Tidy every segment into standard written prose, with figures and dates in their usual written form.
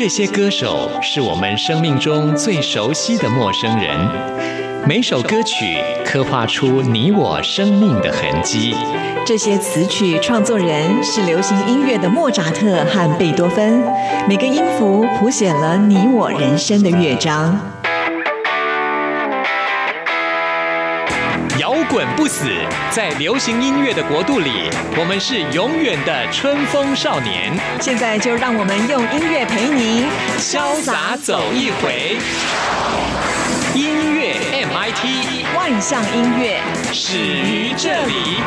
这些歌手是我们生命中最熟悉的陌生人，每首歌曲刻画出你我生命的痕迹。 这些词曲创作人是流行音乐的莫扎特和贝多芬，每个音符谱写了你我人生的乐章。 摇滚不死，在流行音乐的国度里，我们是永远的春风少年。 现在就让我们用音乐陪您潇洒走一回。音乐 MIT， 万象音乐始于这里。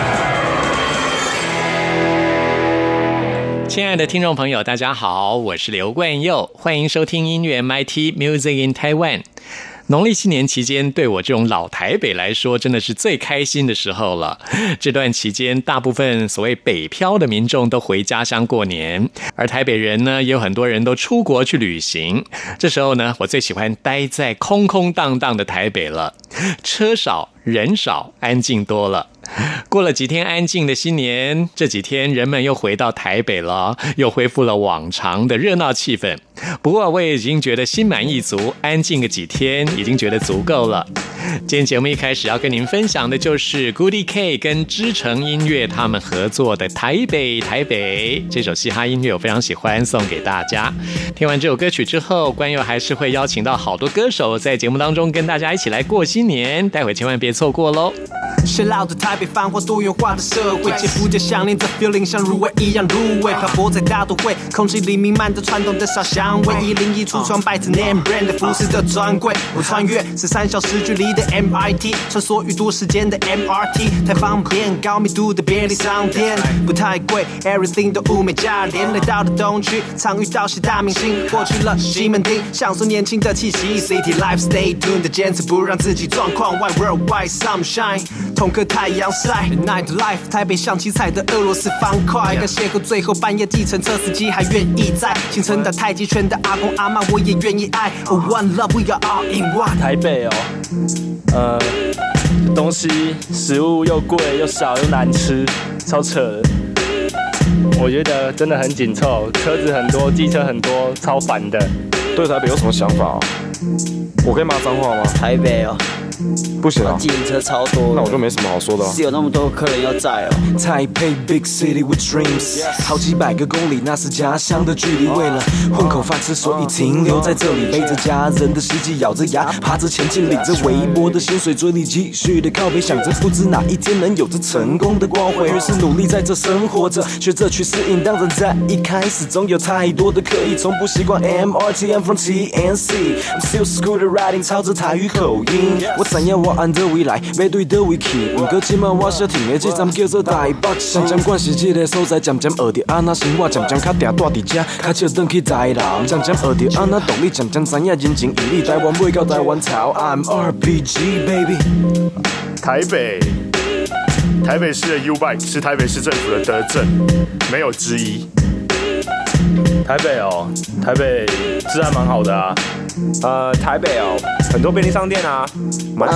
亲爱的听众朋友，大家好，我是刘冠佑，欢迎收听音乐 MIT Music in Taiwan。农历新年期间，对我这种老台北来说，真的是最开心的时候了。这段期间，大部分所谓北漂的民众都回家乡过年，而台北人呢，也有很多人都出国去旅行。这时候呢，我最喜欢待在空空荡荡的台北了，车少人少，安静多了。过了几天安静的新年，这几天人们又回到台北了，又恢复了往常的热闹气氛。不过我也已经觉得心满意足，安静个几天已经觉得足够了。今天节目一开始要跟您分享的就是 Goody K 跟知诚音乐他们合作的台北台北这首嘻哈音乐，我非常喜欢，送给大家。听完这首歌曲之后，冠佑还是会邀请到好多歌手在节目当中跟大家一起来过新年，待会千万别错过咯。 是绕着台北繁华多元化的社会，肩负着想念着 feeling 像入味一样入味，漂泊在大都会，空气里弥漫着传统的烧香味，101橱窗摆着 name brand 的服饰的专柜，我穿越13小时距离的 MIT， 穿梭于多时间的 MRT， 太方便，高密度的便利商店，不太贵 everything 都物美价廉，来到了东区，常遇到些大明星，或去了西门町，享受年轻的气息 ，City life stay tuned 的坚持不让自己状况外 worldwide sunshine。同颗太阳晒 Night Life， 台北像七彩的俄罗斯方块，跟邂逅最后半夜计程车司机还愿意在清晨打太极拳的阿公阿嬷我也愿意爱 Oh one love we are all in one。 台北哦，东西食物又贵又少又难吃，超扯的。我觉得真的很紧凑，车子很多，机车很多，超烦的。 对台北有什么想法我可以骂脏话吗？ 台北哦， 不行啊， 计程车超多， 那我就没什么好说的是有那么多客人要载哦。 台北 Big City with dreams， 好几百个公里，那是家乡的距离。为了混口饭吃，所以停留在这里，背着家人的希冀，咬着牙爬着前进，领着微薄的薪水，嘴里继续的靠北，想着不知哪一天能有着成功的光辉。于是努力在这生活着，学着去适应。当然在一开始总有太多的刻意，从不习惯 MRT I'm from TNC，I'm still scooter riding， 操着台语口音。我知影我按着未来要对倒位去，不过现在我小停的这站叫做台北市。渐惯是这个所在，渐渐学着安那生活，渐渐较定住伫这，较少转去台南。渐渐学着安那动力，渐渐知影人情义理。台湾尾到台湾草 ，I'm RPG baby。 台北市的 U-Bike 是台北市政府的德政，没有之一。 台北哦，台北治安蛮好的啊。 台北哦，很多便利商店啊，蛮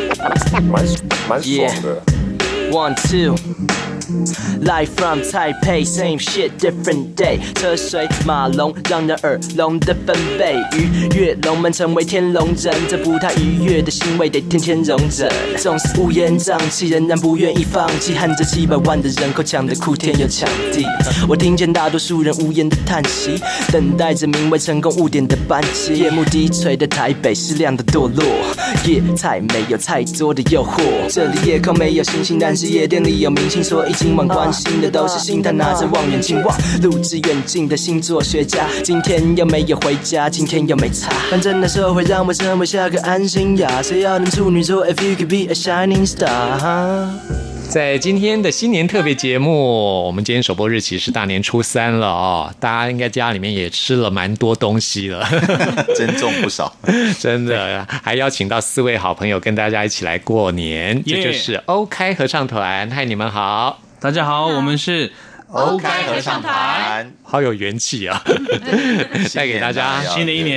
爽的。 One two。Live from Taipei, same shit, different day。车水马龙，让人耳聋的分贝。逾越龙门，成为天龙人，这不太愉悦的腥味得天天容忍。总是乌烟瘴气，仍然不愿意放弃，和着700万的人口抢得哭天又抢地。我听见大多数人无言的叹息，等待着名为成功误点的班机。夜幕低垂的台北，适量的堕落，夜菜没有太多的诱惑。这里夜空没有星星，但是夜店里有明星，所以今晚关心的都是星探，拿着望远镜望路之远近的星座学家。今天又没有回家，今天又没差，反正那社会让我成为下个安心呀。谁要能处女座 If you could be a shining star。 在今天的新年特别节目，我们今天首播日期是大年初3了哦，大家应该家里面也吃了蛮多东西了， 增重不少， 真的，还邀请到4位好朋友跟大家一起来过年，这就是欧开合唱团。嗨，你们好。 大家好，我们是欧开合唱团， 好有元气啊！带给大家新的一年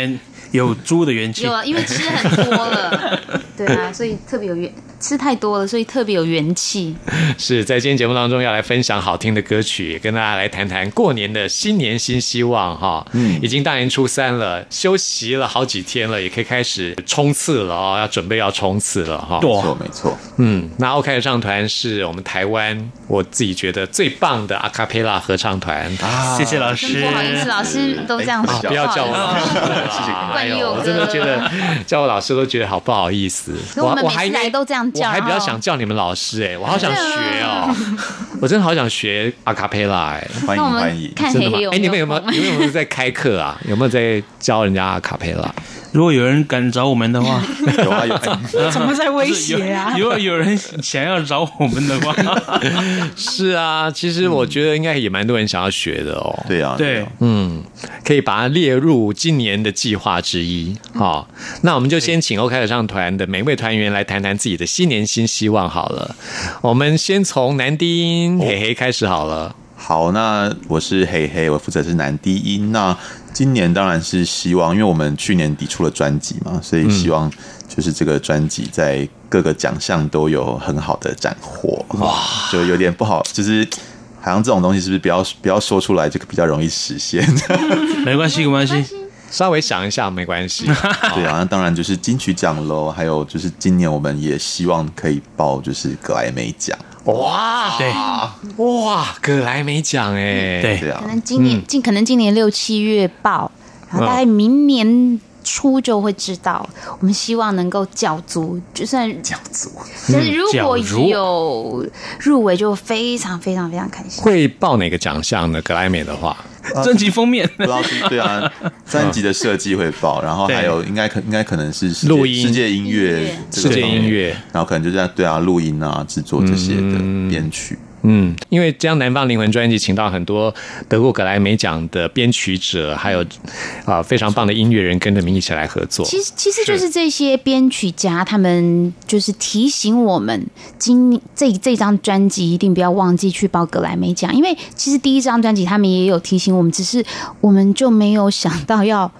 有猪的元气。 有啊，因为吃很多了，对啊，所以特别有吃太多了，所以特别有元气。 是在今天节目当中要来分享好听的歌曲，跟大家来谈谈过年的新年新希望哈。已经大年初3了，休息了好几天了，也可以开始冲刺了哦，要准备要冲刺了哈。 没错。 那 OK 合唱团是我们台湾我自己觉得最棒的阿卡贝拉合唱团啊，谢谢老师。 不好意思，老师都这样说， 不要叫我老师了， 谢谢。 冠佑我真的觉得叫我老师都觉得好不好意思。 可我们每次来都这样叫， 我还比较想叫你们老师我好想学哦，我真的好想学阿卡贝拉欢迎。 看黑黑你们有没有在开课啊？有没有在教人家阿卡贝拉？ 如果有人敢找我们的话， 有。 怎么在威胁啊？ 如果有人想要找我们的话， 是啊，其实我觉得应该也蛮多人想要学的哦。 对啊， 对， 可以把它列入今年的计划之一。好，那我们就先请 OK 合唱团的每位团员来谈谈自己的新年新希望好了。我们先从男低音黑黑开始好了。 好，那我是黑黑，我负责是男低音。那今年当然是希望，因为我们去年底出了专辑嘛，所以希望就是这个专辑在各个奖项都有很好的斩获。哇，就有点不好，就是好像这种东西是不是不要说出来，就比较容易实现？ 没关系， 稍微想一下没关系。 对啊，那当然就是金曲奖咯，还有就是今年我们也希望可以报就是格莱美奖。 哇， 对， 哇，格莱美奖对啊， 可能今年6、7月报，然后大概明年初就会知道。我们希望能够角逐，就算角逐， 就是如果有入围，就非常非常非常开心。 会报哪个奖项呢？格莱美的话， 专辑封面， 不知道是对啊，专辑的设计会报，然后还有应该可能是录音、 世界音乐、然后可能就这样录音啊、制作这些的编曲。 因为这样南方灵魂专辑请到很多得过格莱美奖的编曲者，还有非常棒的音乐人跟着我们一起来合作。 其实就是这些编曲家，他们就是提醒我们，这张专辑一定不要忘记去报格莱美奖，因为其实第一张专辑他们也有提醒我们，只是我们就没有想到要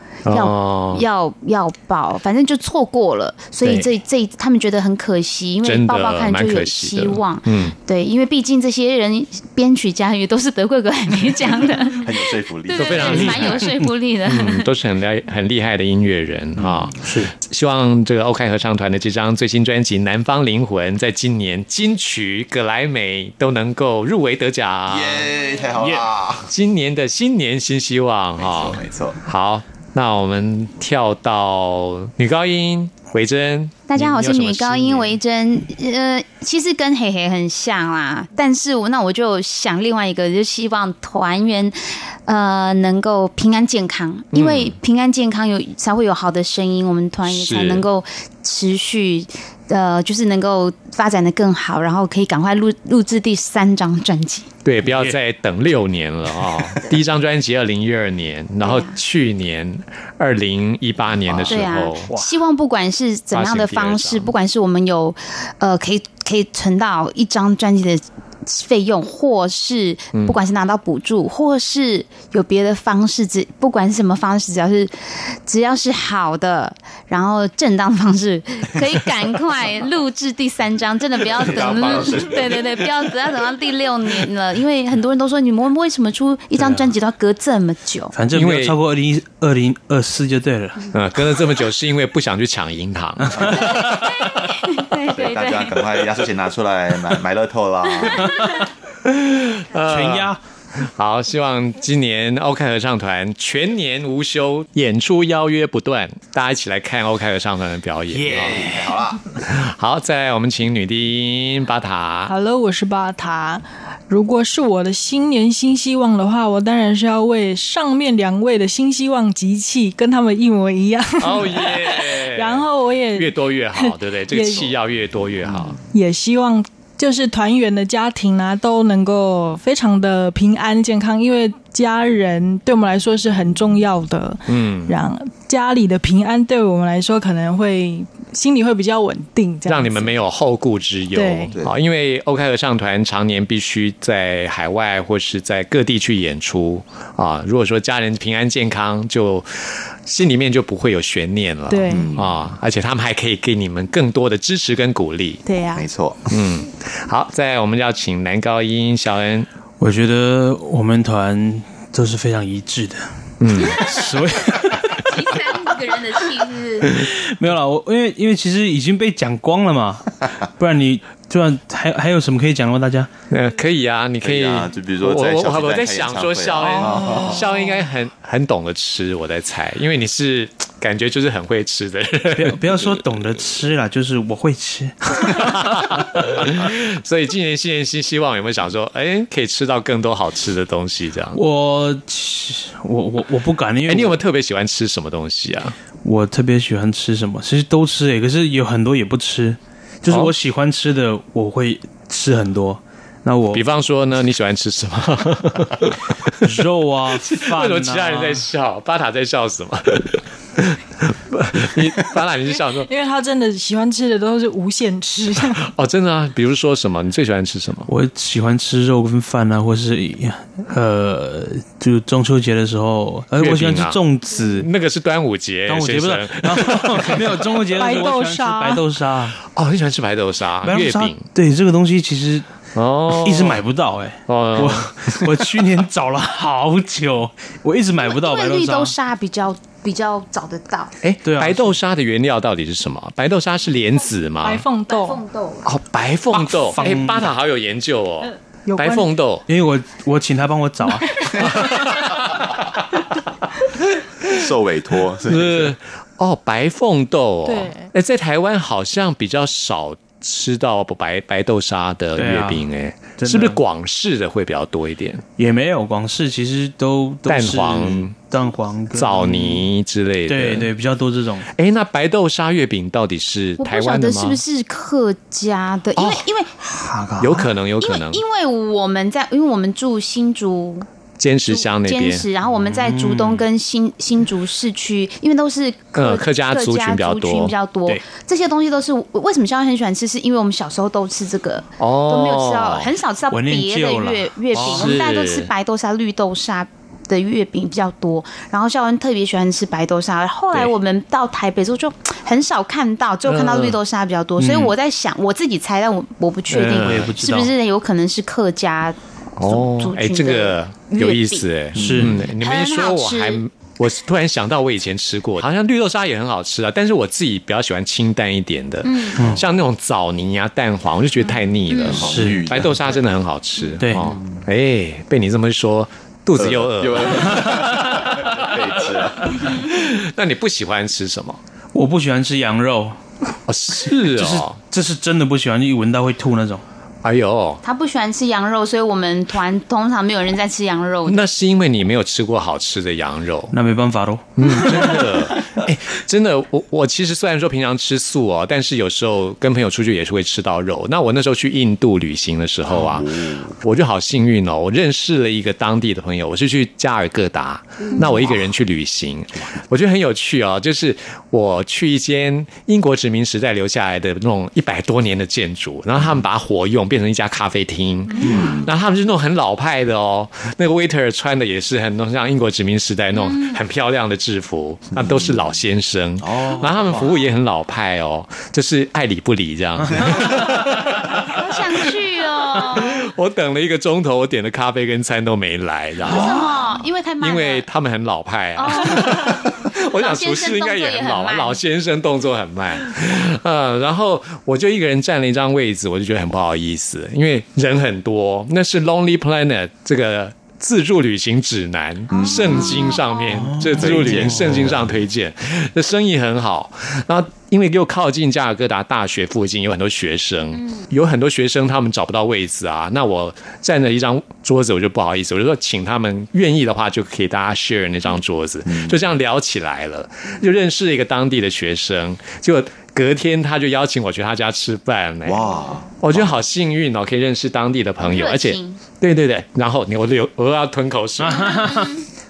报，反正就错过了，所以这他们觉得很可惜，因为报看就有希望。对，因为毕竟这些人编曲家也都是得过格莱美奖的， 很有说服力， 都非常蛮有说服力的， 都是很厉害的音乐人啊。 是， 希望这个 OK 合唱团的这张最新专辑《南方灵魂》在今年金曲、格莱美都能够入围得奖。 耶，太好了！ 今年的新年新希望哈， 没错。 好，那我们跳到女高音维珍。 大家好，我是女高音维珍。其实跟黑黑很像啦，但是我就想另外一个，就希望团员能够平安健康，因为平安健康才会有好的声音，我们团员才能够持续就是能够发展得更好，然后可以赶快录制第3张专辑。 对，不要再等6年了啊！第一张专辑2012年，然后去年2018年的时候， 希望不管是怎么样的方式，不管是我们有可以存到1张专辑的费用，或是不管是拿到补助，或是有别的方式，不管是什么方式，只要是好的，然后正当的方式，可以赶快录制第3张，真的不要等，对，不要等到第6年了，因为很多人都说你们为什么出1张专辑都要隔这么久？ 反正没有超过2024就对了。 隔了这么久是因为不想去抢银行。 对， 大家赶快压岁钱拿出来买乐透啦！ 全压。 好，希望今年 OK 合唱团全年无休，演出邀约不断，大家一起来看 OK 合唱团的表演。 好啦， 好，再来我们请女低音巴塔。 Hello， 我是巴塔。如果是我的新年新希望的话，我当然是要为上面2位的新希望集气，跟他们一模一样。 哦耶！ 然后我也越多越好，对不对？这个气要越多越好。 也希望就是团员的家庭啊，都能够非常的平安健康，因为家人对我们来说是很重要的。让家里的平安对我们来说可能会心里会比较稳定，这样让你们没有后顾之忧。好，因为 OK 合唱团常年必须在海外或是在各地去演出啊。如果说家人平安健康，就心里面就不会有悬念了。 对而且他们还可以给你们更多的支持跟鼓励。 对呀， 没错。 好，再来我们要请男高音小恩。 我觉得我们团都是非常一致的。所以第3个人的气是没有啦，因为其实已经被讲光了嘛，不然你突然还有什么可以讲的吗？大家可以啊，你可以啊，就比如说我在想说肖恩应该很懂得吃，我在猜，因为你是感觉就是很会吃的人。 不要说懂得吃啦，就是我会吃。 所以今年新年新希望有没有想说，可以吃到更多好吃的东西这样？ 我不敢，因为你有没有特别喜欢吃什么东西啊？ 我特别喜欢吃什么？其实都吃可是有很多也不吃。就是我喜欢吃的，我会吃很多。那我比方说呢，你喜欢吃什么？ 肉啊，饭啊。 为什么其他人在笑？巴塔在笑什么？巴塔你是笑说？ 因为他真的喜欢吃的都是无限吃。 真的啊？比如说什么？你最喜欢吃什么？ 我喜欢吃肉跟饭啊，或是就中秋节的时候，我喜欢吃粽子。 那个是端午节， 端午节不是？没有中秋节的时候，我喜欢吃白豆沙。 你喜欢吃白豆沙？月饼？ 对，这个东西其实一直买不到我去年找了好久，我一直买不到白豆沙。 绿豆沙比较找得到。 对啊， 白豆沙的原料到底是什么？白豆沙是莲子吗？ 白凤豆。 白凤豆。巴塔好有研究哦。白凤豆， 因为我请他帮我找啊。 受委托是白凤豆对， 在台湾好像比较少吃到白豆沙的月饼是不是广式的会比较多一点？ 也没有，广式其实都是蛋黄、 枣泥之类的， 对，比较多这种。 那白豆沙月饼到底是台湾的吗？ 我不晓得是不是客家的，因为有可能， 因为我们住新竹。 尖石乡那边， 然后我们在竹东跟新竹市区，因为都是客家族群比较多， 这些东西都是为什么肖恩很喜欢吃，是因为我们小时候都吃这个，都没有吃到，很少吃到别的月饼，我们大家都吃白豆沙、绿豆沙的月饼比较多。然后肖恩特别喜欢吃白豆沙，后来我们到台北之后就很少看到，只有看到绿豆沙比较多，所以我在想，我自己猜，但我不确定是不是有可能是客家。 这个有意思是你们一说我突然想到我以前吃过，好像绿豆沙也很好吃啊，但是我自己比较喜欢清淡一点的，像那种枣泥啊、蛋黄，我就觉得太腻了。 是白豆沙真的很好吃。 对， 被你这么一说，肚子又饿， 可以吃了。 那你不喜欢吃什么？ 我不喜欢吃羊肉。这是真的不喜欢，一闻到会吐那种。 哎呦， 他不喜欢吃羊肉，所以我们团通常没有人在吃羊肉。 那是因为你没有吃过好吃的羊肉， 那没办法咯。 真的，我其实虽然说平常吃素但是有时候跟朋友出去也是会吃到肉。那我那时候去印度旅行的时候我就好幸运我认识了一个当地的朋友，我是去加尔各答，那我一个人去旅行，我觉得很有趣就是我去一间英国殖民时代留下来的那种100多年的建筑，然后他们把它活用变成一家咖啡厅，然后他们是那种很老派的那个 waiter 穿的也是很像英国殖民时代那种很漂亮的制服，那都是老先生然后他们服务也很老派就是爱理不理这样。 好想去我等了1个钟头，我点的咖啡跟餐都没来，然后为什么？因为太慢了。 因为他们很老派我想厨师应该也很老先生动作很慢。然后我就一个人占了一张位子，我就觉得很不好意思，因为人很多。那是 Lonely Planet 这个自助旅行指南圣经上面，这自助旅行圣经上推荐，这生意很好。然后因为又靠近加尔各答大学附近，有很多学生，有很多学生他们找不到位置那我占了一张桌子，我就不好意思，我就说请他们愿意的话就可以大家 share 那张桌子，就这样聊起来了，就认识了一个当地的学生，结果隔天他就邀请我去他家吃饭哇！我觉得好幸运可以认识当地的朋友，而且对，然后我又要吞口水。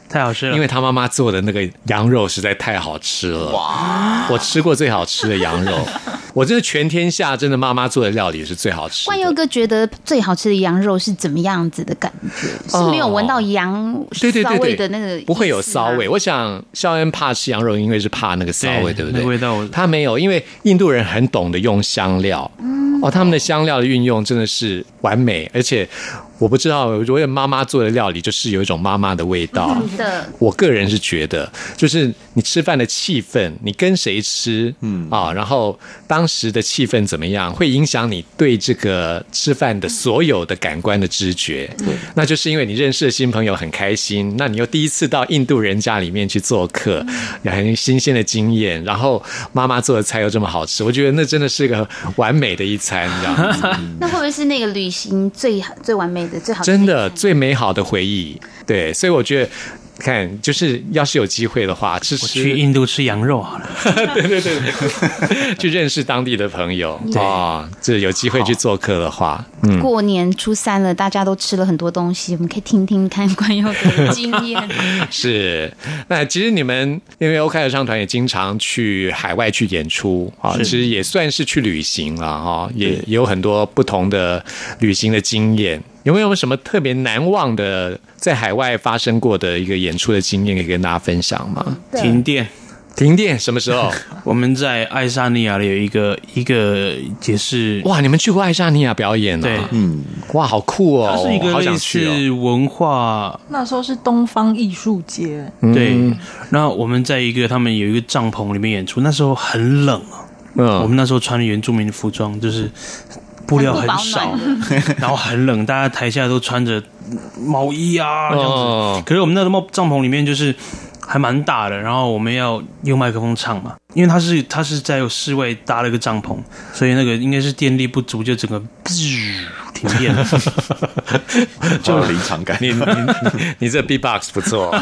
太好吃了， 因为他妈妈做的那个羊肉实在太好吃了。哇！我吃过最好吃的羊肉，我真的全天下真的妈妈做的料理是最好吃的。 冠佑哥觉得最好吃的羊肉是怎么样子的感觉？是没有闻到羊骚味的那个， 不会有骚味。我想肖恩怕吃羊肉，因为是怕那个骚味，对不对？ 那味道他没有，因为印度人很懂得用香料。他们的香料的运用真的是完美，而且我不知道，我觉得妈妈做的料理就是有一种妈妈的味道。我个人是觉得，就是你吃饭的气氛，你跟谁吃，然后当时的气氛怎么样，会影响你对这个吃饭的所有的感官的知觉。那就是因为你认识的新朋友很开心，那你又第一次到印度人家里面去做客，有很新鲜的经验，然后妈妈做的菜又这么好吃，我觉得那真的是个完美的一餐，这样子。 那会不会是那个旅行最完美的、最好的真的最美好的回忆？对，所以我觉得。看，就是要是有机会的话，我去印度吃羊肉好了。 对，去认识当地的朋友这有机会去做客的话， 过年初3了，大家都吃了很多东西，我们可以听听看冠佑的经验。 是，那其实你们因为OK合唱团也经常去海外去演出其实也算是去旅行了也有很多不同的旅行的经验。有没有什么特别难忘的在海外发生过的一个演出的经验可以跟大家分享吗？ 停电什么时候？ 我们在爱沙尼亚的有一个也是哇，你们去过爱沙尼亚表演对， 哇，好酷哦！ 它是一个类似文化， 那时候是东方艺术节， 对。那我们在他们有一个帐篷里面演出，那时候很冷我们那时候穿原住民的服装，就是布料很少，然后很冷，大家台下都穿着毛衣这样子。可是我们那个帐篷里面就是还蛮大的，然后我们要用麦克风唱嘛，因为它是在室外搭了一个帐篷，所以那个应该是电力不足，就整个停电了， 就临场感。 你这 B-box 不错，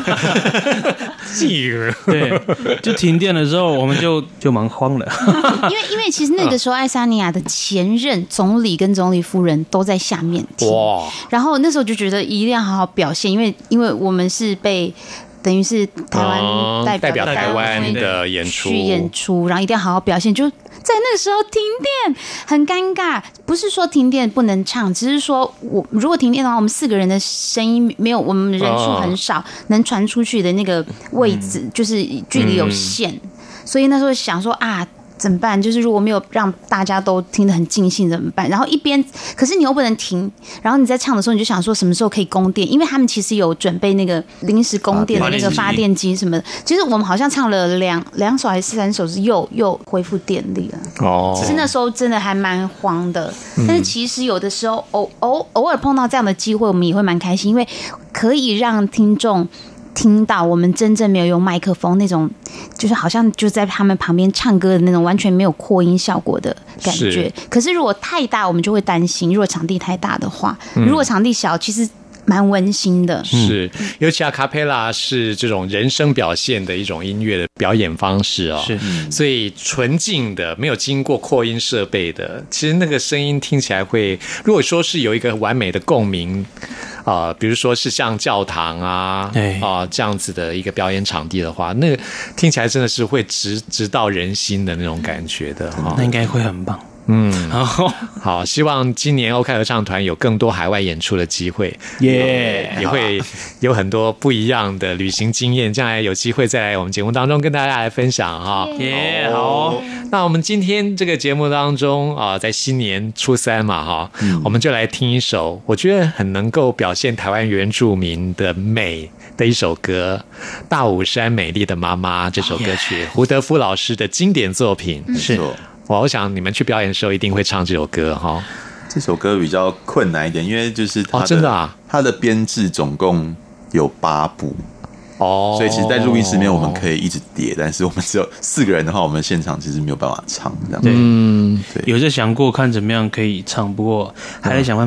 对，就停电的时候，我们就蛮慌了。 因为其实那个时候爱沙尼亚的前任总理跟总理夫人都在下面听，然后那时候就觉得一定要好好表现，因为我们是被。等于是台湾代表台湾的演出，然后一定要好好表现。就在那个时候停电，很尴尬。不是说停电不能唱，只是说如果停电的话，我们4个人的声音没有，我们人数很少，能传出去的那个位置就是距离有限，所以那时候想说怎么办？就是如果没有让大家都听得很尽兴怎么办？然后可是你又不能停，然后你在唱的时候你就想说什么时候可以供电？因为他们其实有准备那个临时供电的那个发电机什么的。其实我们好像唱了2首还是3首是又恢复电力了。其实那时候真的还蛮慌的，但是其实有的时候偶尔碰到这样的机会，我们也会蛮开心，因为可以让听众。听到我们真正没有用麦克风那种，就是好像就在他们旁边唱歌的那种完全没有扩音效果的感觉。可是如果太大，我们就会担心；如果场地太大的话，如果场地小，其实蛮温馨的。 是，尤其阿卡贝拉是这种人声表现的一种音乐的表演方式是， 所以纯净的，没有经过扩音设备的，其实那个声音听起来会，如果说是有一个完美的共鸣。比如说是像教堂这样子的一个表演场地的话，那听起来真的是会直到人心的那种感觉的那应该会很棒。 好，希望今年 OK 合唱团有更多海外演出的机会，也会有很多不一样的旅行经验，将来有机会再来我们节目当中跟大家来分享好。那我们今天这个节目当中在新年初3嘛我们就来听一首我觉得很能够表现台湾原住民的美的一首歌，大武山美丽的妈妈这首歌曲，胡德夫老师的经典作品。 是， 我想你们去表演的时候一定会唱这首歌这首歌比较困难一点，因为就是它的编制总共有8部所以其实在录音室里面我们可以一直叠，但是我们只有4个人的话，我们现场其实没有办法唱这样。 对，有在想过看怎么样可以唱，不过还在想办法。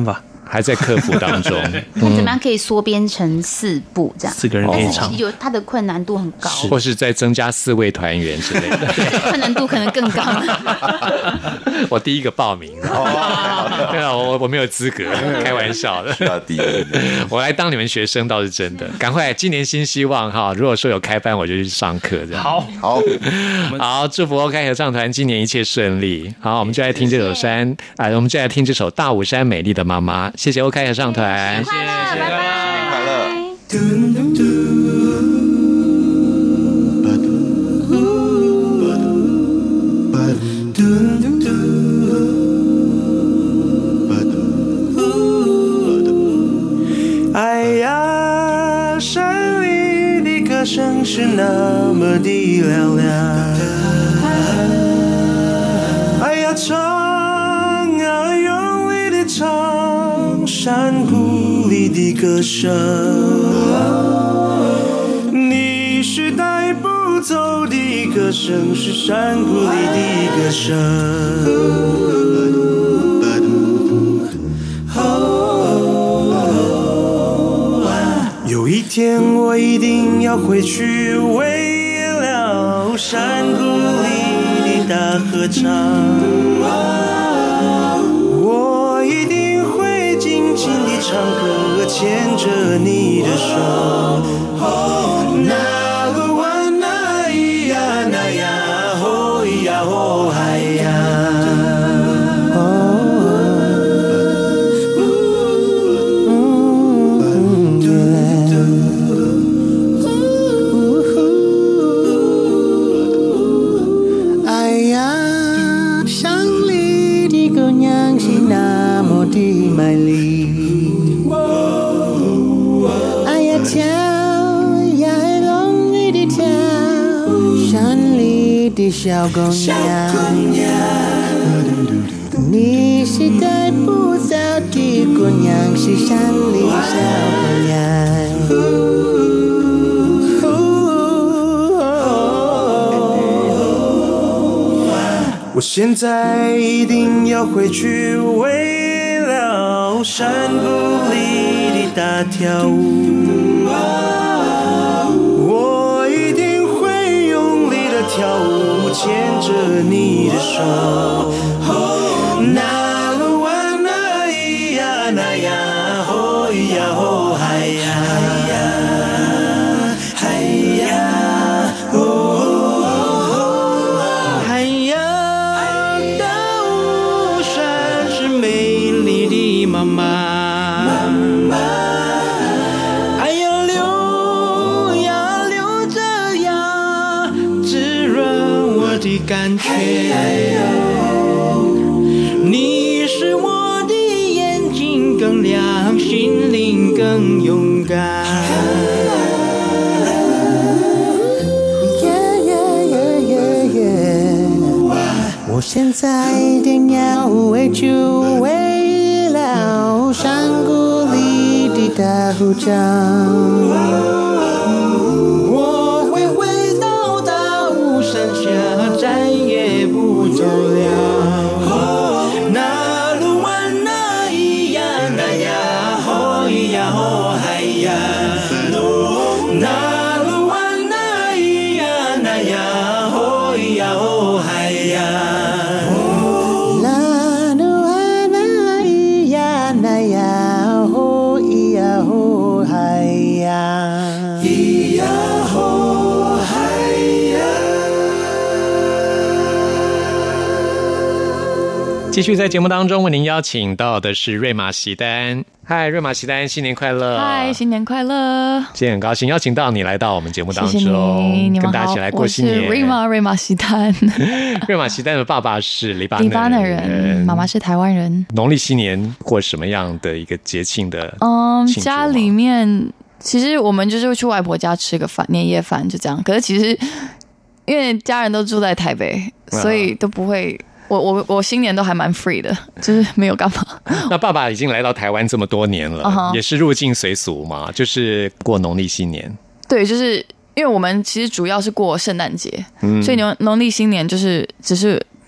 还在克服当中。 看怎么样可以缩编成4部这样 ，4个人可以唱， 有它的困难度很高， 或是再增加4位团员之类的， 困难度可能更高。 我第一个报名，对啊，我没有资格，开玩笑的。我来当你们学生倒是真的，赶快，今年新希望哈！如果说有开班，我就去上课这样。好，祝福 OK 合唱团今年一切顺利。好，我们就来听这首我们就来听这首大武山美丽的妈妈。谢谢 OK 合唱团， 新年快乐，拜拜， 新年快乐。 哎呀，山里的歌声是那么的嘹亮，哎呀，唱啊，用力的唱，山谷里的歌声，你是带不走的歌声，是山谷里的歌声。有一天我一定要回去，为了山谷里的大合唱，我一定会静静地唱歌，牵着你的手。那个湾那咿呀那呀吼咿呀吼嗨呀。美丽，哎呀跳呀容易的跳，山里的小姑娘，你是带不走的姑娘，是山里小姑娘。我现在一定要回去，为了山谷里的大跳舞，我一定会用力的跳舞，牵着你的手。那个湾那咿呀那呀吼咿呀吼嗨呀嗨呀哦嗨呀。妈妈，哎呀流呀流着呀，滋润我的感觉。你使我的眼睛更亮，心灵更勇敢。我现在一定要回去。山谷里的大合唱，我会回到大武山下，再也不走了。那路湾那咿呀那呀吼咿呀吼嗨呀，那路湾那咿呀那呀吼咿呀吼嗨呀。 继续在节目当中为您邀请到的是瑞玛席丹。嗨，瑞玛席丹，新年快乐！ 嗨，新年快乐！ 今天很高兴邀请到你来到我们节目当中， 谢谢你跟大家一起来过新年。 我是瑞玛席丹。 瑞玛席丹的爸爸是黎巴嫩人，妈妈是台湾人。 农历新年过什么样的一个节庆的？ 家里面其实我们就是去外婆家吃个饭，年夜饭就这样。可是其实因为家人都住在台北，所以都不会。我新年都还蛮 free 的，就是没有干嘛。 那爸爸已经来到台湾这么多年了，也是入境随俗嘛，就是过农历新年。 对，就是因为我们其实主要是过圣诞节，所以农历新年就是只是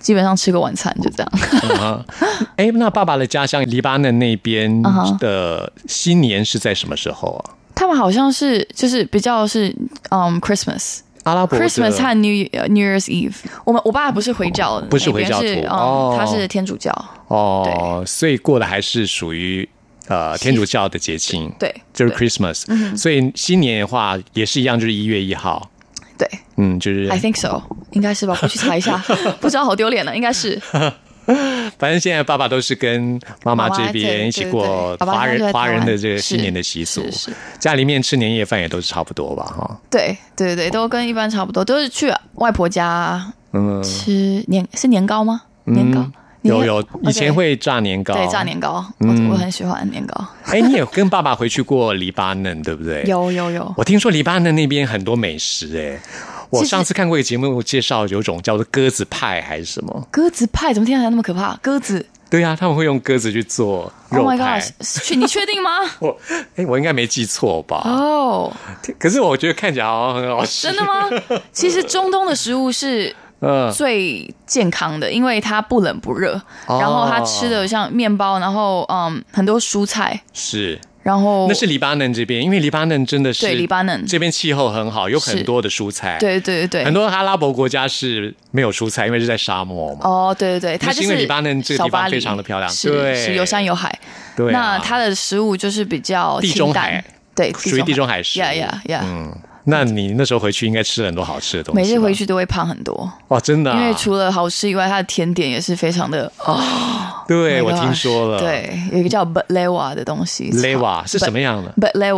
基本上吃个晚餐就这样。 那爸爸的家乡黎巴嫩那边的新年是在什么时候啊？ 他们好像是就是比较是Christmas。 阿拉伯 Christmas 和 New Year's Eve， 我爸不是回教的， 不是回教徒， 他是天主教。 所以过的还是属于天主教的节庆， 对， 就是 Christmas。所以新年的话也是一样，就是1月1号。 对， 就是 I think so， 应该是吧？我去查一下，不知道好丢脸了，应该是。 反正现在爸爸都是跟妈妈这边一起过华人的这个新年的习俗，家里面吃年夜饭也都是差不多吧？哈， 对，都跟一般差不多，都是去外婆家吃年糕吗？年糕有，以前会炸年糕， 对，炸年糕，我很喜欢年糕。 你也跟爸爸回去过黎巴嫩，对不对？ 有。 我听说黎巴嫩那边很多美食，我上次看过一个节目介绍，有种叫做鸽子派还是什么？ 鸽子派怎么听起来那么可怕？鸽子？ 对啊，他们会用鸽子去做肉派。Oh my god！ 你确定吗？ 我应该没记错吧？可是我觉得看起来好像很好吃。 真的吗？其实中东的食物是最健康的，因为它不冷不热，然后它吃的像面包，然后很多蔬菜是。 然后那是黎巴嫩这边，因为黎巴嫩真的是对黎巴嫩这边气候很好，有很多的蔬菜。 对， 很多阿拉伯国家是没有蔬菜，因为是在沙漠嘛。 对，它就是因为黎巴嫩这个地方非常的漂亮， 是有山有海。对，那它的食物就是比较地中海， 对， 属于地中海食物。那你那时候回去应该吃了很多好吃的东西。 每次回去都会胖很多真的因为除了好吃以外，它的甜点也是非常的对，我听说了。 对，有一个叫 Batlewa 的东西。 Lewa 是什么样的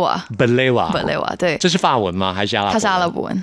？Batlewa，对， 这是法文吗？还是阿拉伯文？ 它是阿拉伯文。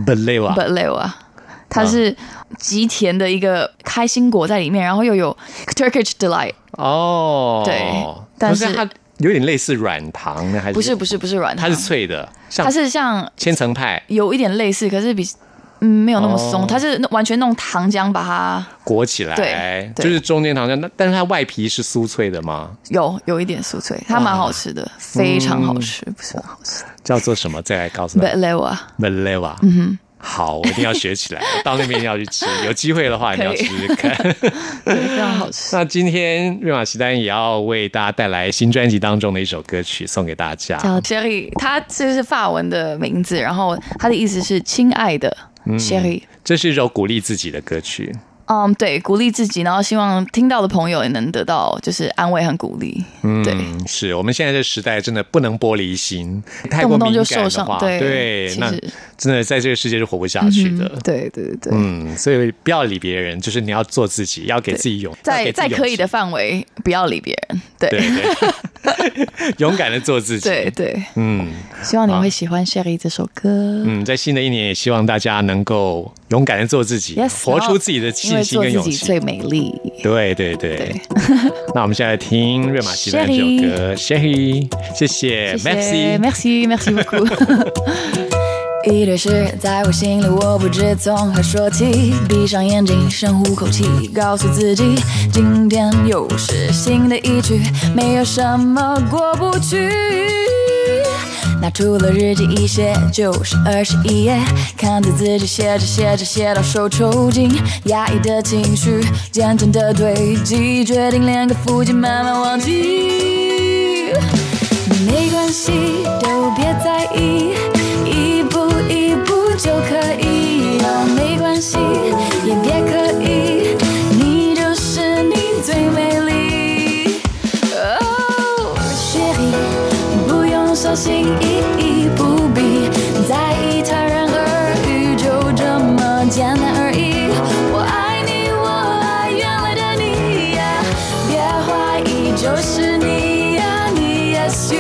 Batlewa， 它是极甜的一个开心果在里面，然后又有 Turkish delight。对，但是它有点类似软糖呢，还是不是软糖？ 它是脆的， 它是像千层派， 有一点类似，可是比没有那么松，它是完全弄糖浆把它裹起来，对，就是中间糖浆，但是它外皮是酥脆的吗？ 有一点酥脆，它蛮好吃的，非常好吃，不是很好吃。 叫做什么？再来告诉我。Batlewa。好，我一定要学起来，到那边要去吃，有机会的话一定要试试看。 对，非常好吃。 那今天瑞玛席丹也要为大家带来新专辑当中的一首歌曲送给大家， 叫 Chérie， 它这是法文的名字，然后它的意思是亲爱的 Chérie。 这是一首鼓励自己的歌曲。 对，鼓励自己，然后希望听到的朋友也能得到就是安慰和鼓励。对， 是我们现在这时代真的不能玻璃心，太过敏感的话，对，那真的在这个世界是活不下去的。 对， 所以不要理别人，就是你要做自己，要给自己勇， 在可以的范围不要理别人。对， 勇敢的做自己。 对，希望你会喜欢 Chérie 这首歌。 在新的一年也希望大家能够勇敢的做自己，活出自己的信心跟勇气， 因为做自己最美丽。 对。那我们现在听瑞玛席丹这首歌 Chérie， 谢谢 Merci beaucoup。 一堆事在我心里，我不知从何说起。闭上眼睛，深呼口气，告诉自己，今天又是新的一曲，没有什么过不去。拿出了日记一写就是21页，看着自己写到手抽筋，压抑的情绪渐渐的堆积，决定连个腹肌慢慢忘记。没关系，都别在意，一步一步就可以。没关系，也别刻意，你就是你最美丽。Chérie， 不用小心翼翼，不必在意他人耳语，就这么简单而已。我爱你，我爱原来的你呀，别怀疑，就是你呀，你 Yes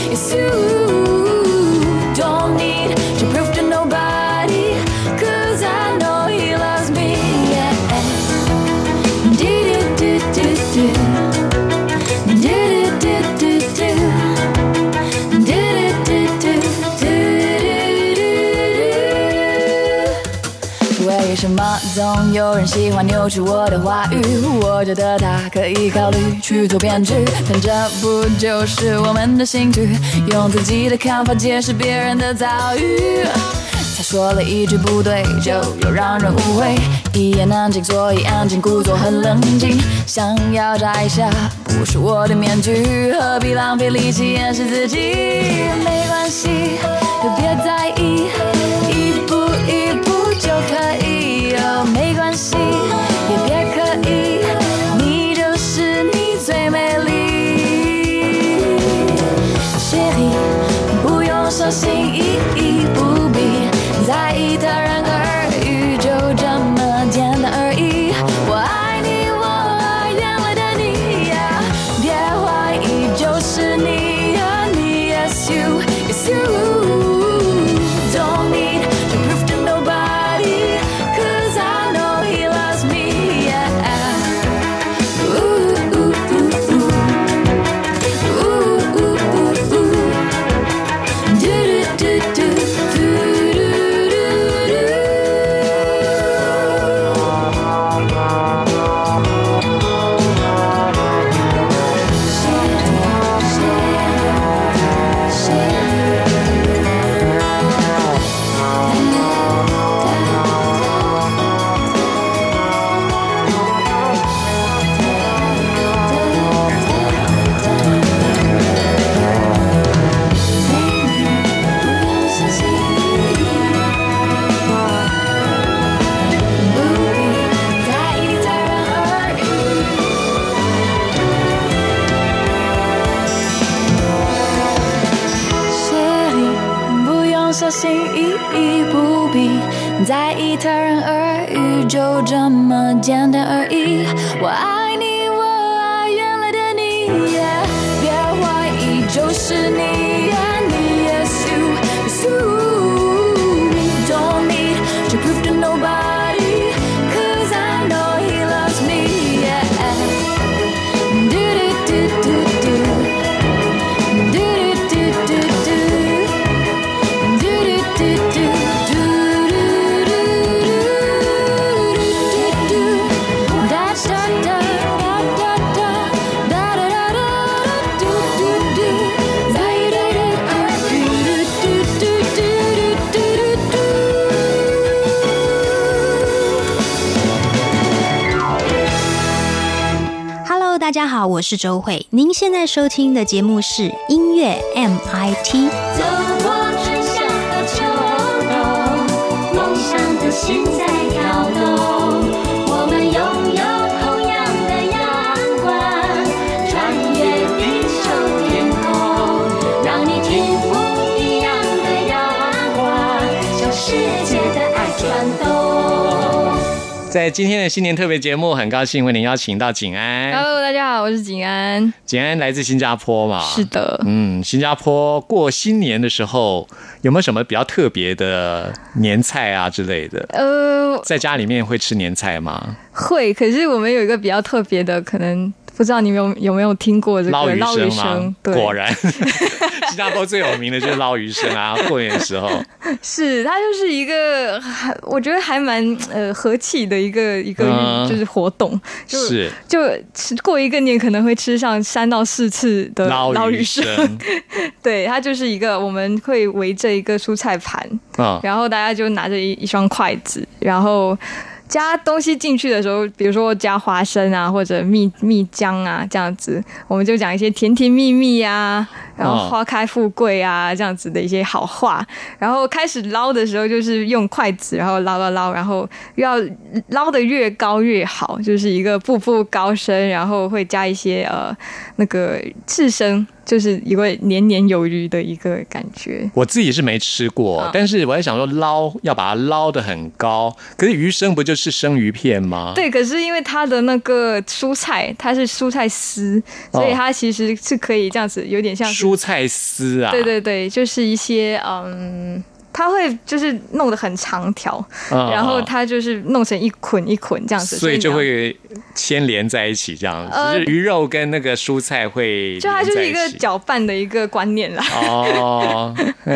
you。Don't need to prove to nobody, 'cause I know he loves me. Yeah. 为什么总有人喜欢扭曲我的话语？我觉得他可以考虑去做编剧，但这不就是我们的兴趣？用自己的看法解释别人的遭遇。才说了一句不对，就又让人误会。一言难尽，所以安静，故作很冷静。想要摘下不是我的面具，何必浪费力气掩饰自己？没关系，别在意，一步一步就可以。没关系，也别刻意，你就是你最美丽。Chérie， 不用小心翼翼，不必在意他人耳语，就这么简单而已。我爱你，我爱眼泪的你呀，别怀疑，就是你呀，你 Yes you, yes you。Don't need to prove to nobody, 'cause I know he loves me. Yeah. Ooh, ooh, ooh, ooh. Ooh, ooh, ooh, ooh. Do do do do do小心翼翼，不必在意他人耳语，就这么简单而已。我爱你，我爱原来的你，别怀疑，就是你呀，你 Yes you, yes you。Don't need to prove to nobody, 'cause I know he loves me. Do do do do do, do do do do do。 大家好，我是周慧，您现在收听的节目是音乐 MIT。 走过春夏和秋冬，梦想的心在跳动，我们拥有同样的阳光，穿越地球天空，让你听不一样的阳光，向世界的爱传动。 在今天的新年特别节目，很高兴为您邀请到景安。 Hello， 大家好，我是景安。 景安来自新加坡嘛？ 是的。 新加坡过新年的时候，有没有什么比较特别的年菜啊之类的？在家里面会吃年菜吗？ 会，可是我们有一个比较特别的，可能不知道你们有没有听过这个捞鱼生吗？ 对， 果然，新加坡最有名的就是捞鱼生啊，过年的时候。 是，它就是一个，我觉得还蛮和气的一个就是活动，就过一个年可能会吃上3到4次的捞鱼生。对，它就是一个我们会围着一个蔬菜盘，然后大家就拿着一双筷子，然后加东西进去的时候，比如说加花生啊，或者蜜浆啊，这样子，我们就讲一些甜甜蜜蜜啊，然后花开富贵啊，这样子的一些好话。然后开始捞的时候，就是用筷子，然后捞，然后要捞得越高越好，就是一个步步高升，然后会加一些那个刺身。就是一个年年有余的一个感觉。 我自己是没吃过，但是我在想说要把它捞得很高，可是鱼生不就是生鱼片吗？ 对，可是因为它的那个蔬菜，它是蔬菜丝，所以它其实是可以这样子，有点像蔬菜丝啊。 对，就是一些它会就是弄得很长条，然后它就是弄成一捆一捆这样子， 所以就会牵连在一起这样子，就是鱼肉跟那个蔬菜会连在一起， 就它就是一个搅拌的一个观念啦。 哦，对。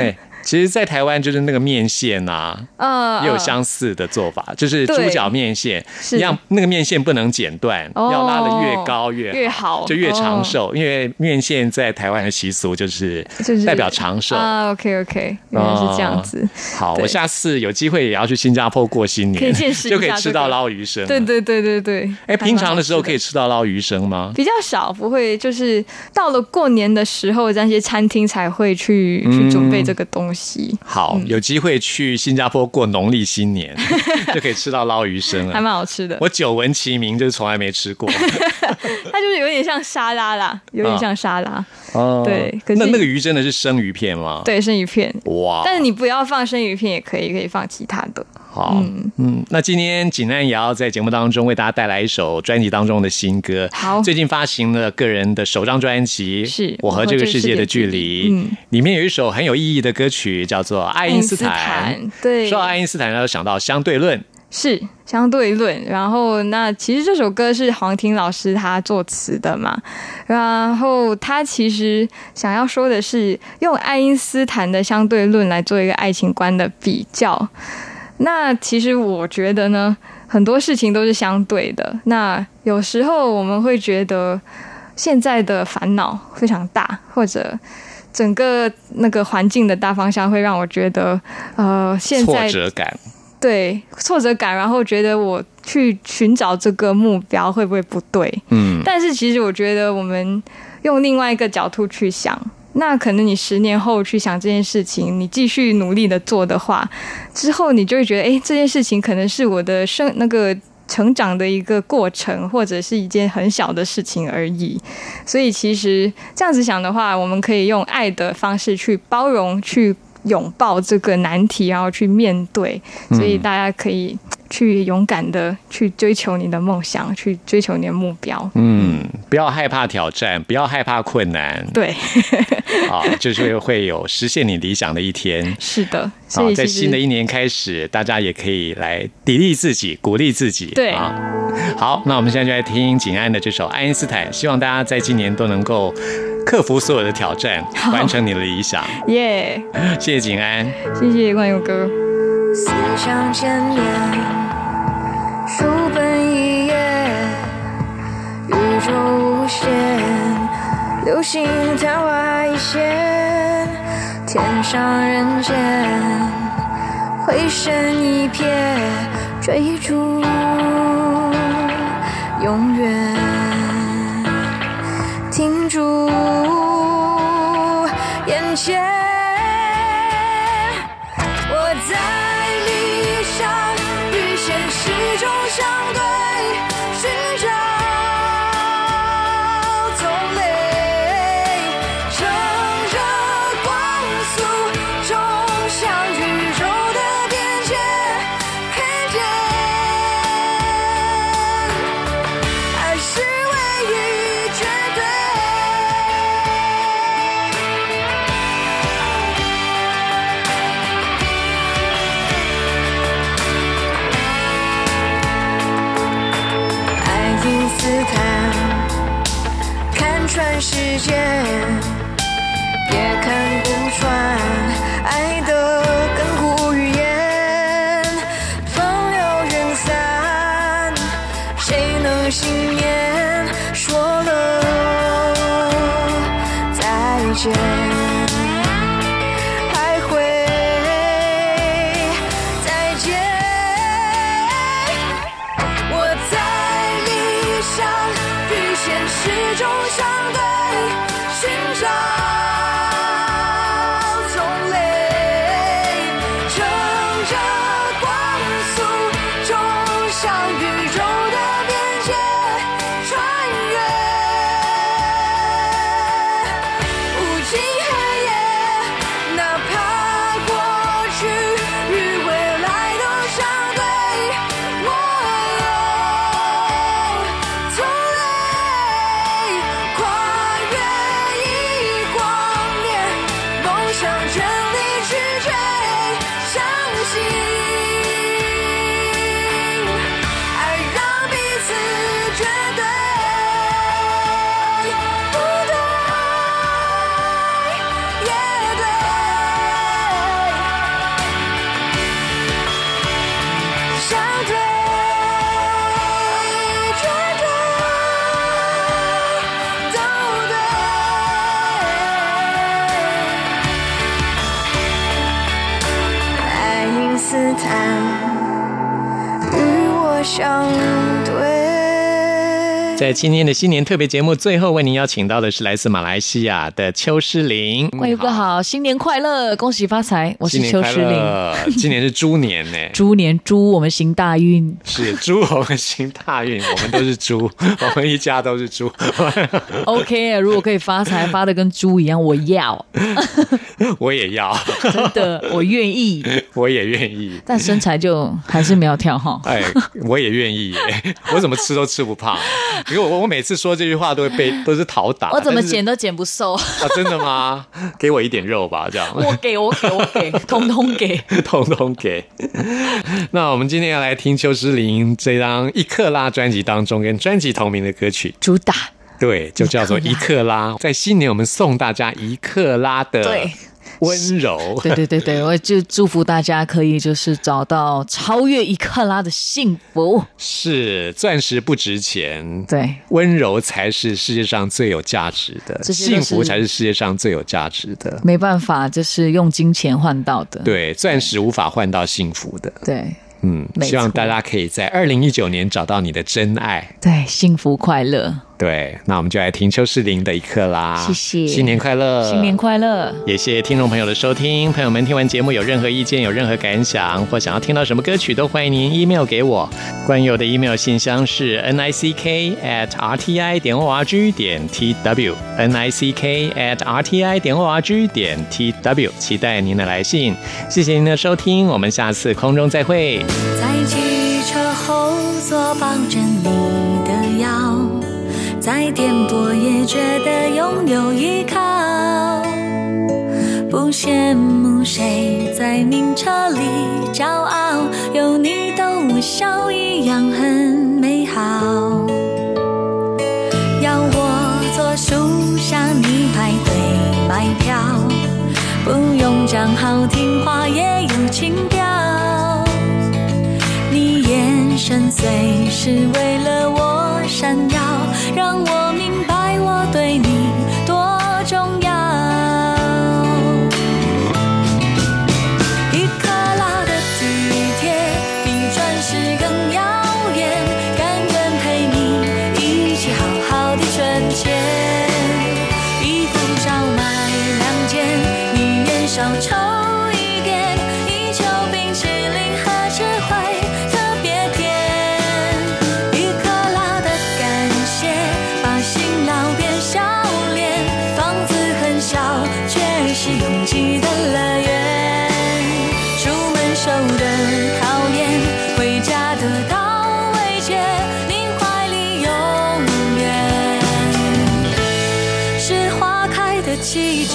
其实，在台湾就是那个面线啊，也有相似的做法，就是猪脚面线一样，那个面线不能剪断，要拉得越高越好，就越长寿。因为面线在台湾的习俗就是代表长寿啊。OK， 原来是这样子。 好，我下次有机会也要去新加坡过新年， 可以见识一下， 就可以吃到捞鱼生。 对。 平常的时候可以吃到捞鱼生吗？ 比较少，不会，就是到了过年的时候，那些餐厅才会去准备这个东西。 好，有机会去新加坡过农历新年，就可以吃到捞鱼生了， 还蛮好吃的。 我久闻其名，就是从来没吃过。 它就是有点像沙拉啦，有点像沙拉。对。可是那个鱼真的是生鱼片吗？ 对，生鱼片。 哇！ 但是你不要放生鱼片也可以放其他的。 好，那今天景安也要在节目当中为大家带来一首专辑当中的新歌。 好， 最近发行了个人的首张专辑， 是我和这个世界的距离。里面有一首很有意义的歌曲，叫做《爱因斯坦》。 对， 说到爱因斯坦，要想到相对论。 是相对论，然后那其实这首歌是黄庭老师他作词的嘛，然后他其实想要说的是用爱因斯坦的相对论来做一个爱情观的比较。那其实我觉得呢，很多事情都是相对的。那有时候我们会觉得现在的烦恼非常大，或者整个那个环境的大方向会让我觉得现在挫折感。 对，挫折感，然后觉得我去寻找这个目标会不会不对？但是其实我觉得我们用另外一个角度去想，那可能你10年后去想这件事情，你继续努力的做的话，之后你就会觉得，这件事情可能是我的那个成长的一个过程，或者是一件很小的事情而已。所以其实这样子想的话，我们可以用爱的方式去包容，去拥抱这个难题，然后去面对。所以大家可以去勇敢的去追求你的梦想，去追求你的目标。 不要害怕挑战，不要害怕困难。 对， 就是会有实现你理想的一天。 是的， 所以在新的一年开始，大家也可以来砥砺自己，鼓励自己。 对， 好，那我们现在就来听景安的这首《爱因斯坦》，希望大家在今年都能够克服所有的挑战，完成你的理想。 耶！ 谢谢景安， 谢谢冠佑哥。 思想千年，书本一页，宇宙无限，流星昙花一现，天上人间，回声一瞥，追逐永远，停住眼前，我在理想与现实中相对，寻找同类，乘着光速冲向宇宙的边界，看见爱是唯一绝对。爱因斯坦看穿世界，也看不穿爱的亘古语言。风流云散，谁能幸免？说了再见，还会再见。我在理想与现实中相对，寻找刺探，与我相对。 在今天的新年特别节目最后，为您邀请到的是来自马来西亚的邱诗龄。 冠佑哥好，新年快乐，恭喜发财！我是邱诗龄。 今年是猪年呢， 猪年猪我们行大运， 是猪我们行大运，我们都是猪，我们一家都是猪。 OK， 如果可以发财，发的跟猪一样，我要， 我也要， 真的，我愿意， 我也愿意， 但身材就还是苗条哈。 哎，我也愿意耶，我怎么吃都吃不胖。因为我每次说这句话都是讨打， 我怎么减都减不瘦啊！ 真的吗？给我一点肉吧，这样。 我给，通通给， 通通给。那我们今天要来听邱诗龄这张1克拉专辑当中跟专辑同名的歌曲， 主打， 对，就叫做1克拉。在新年我们送大家1克拉的。对。温柔， 对，我就祝福大家可以就是找到超越1克拉的幸福。 是，钻石不值钱， 对， 温柔才是世界上最有价值的，幸福才是世界上最有价值的。 没办法，就是用金钱换到的。 对，钻石无法换到幸福的。 对。 希望大家可以在2019年找到你的真爱， 对，幸福快乐。 对，那我们就来听邱诗龄的1克拉， 谢谢， 新年快乐， 新年快乐！ 也谢谢听众朋友的收听，朋友们听完节目有任何意见、有任何感想，或想要听到什么歌曲，都欢迎您 email 给我。关佑的 email 信箱是 nick@rti.org.tw nick@rti.org.tw， 期待您的来信。谢谢您的收听，我们下次空中再会。 在汽车后座抱着你的腰，再颠簸也觉得拥有依靠，不羡慕谁在名车里骄傲，有你逗我笑一样很美好。要我做树下你排队买票，不用讲好听话也有情调，你眼神随时为了我闪耀，让我明白我对你多重要。1克拉的体贴比钻石更耀眼，甘愿陪你一起好好的存钱，衣服少买2件，你烟少抽一点，以求冰淇淋和智慧特别甜。1克拉的感谢把辛劳变笑脸，房子很小却是拥挤的乐园，出门受的考验，回家得到慰藉，你怀里永远是花开的季节。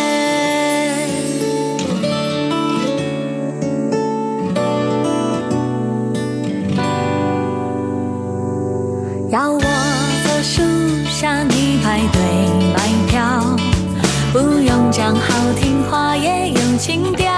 要我做树下你排队买票，不用讲好听话也有情调，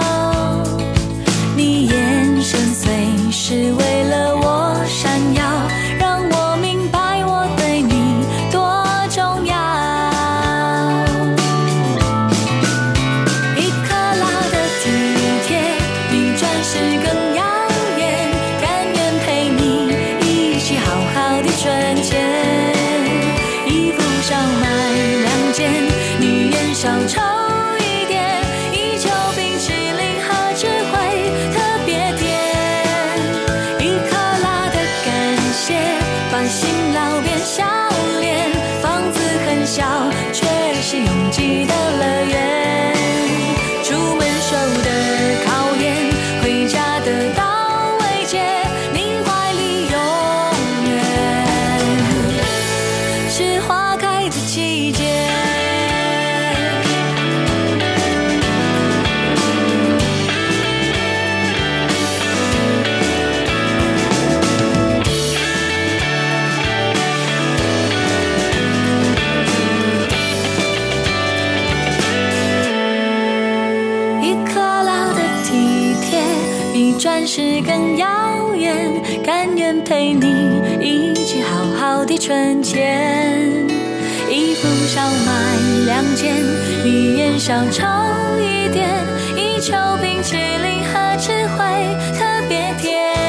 你眼神随时为了我闪耀，让我明白我对你多重要。1克拉的体贴比钻石更耀眼，甘愿陪你一起好好的存钱，衣服少买2件，你烟少抽一点，以求冰淇淋和智慧特别甜。1克拉的感谢把辛劳变笑脸，房子很小却是拥挤的乐园，出门受的考验，回家得到慰藉，你怀里永远是花开的季节。1克拉的体贴比钻石更耀眼，甘愿陪你一起好好的存钱，衣服少买2件，你烟少抽一点，以求求冰淇淋和智慧特别甜。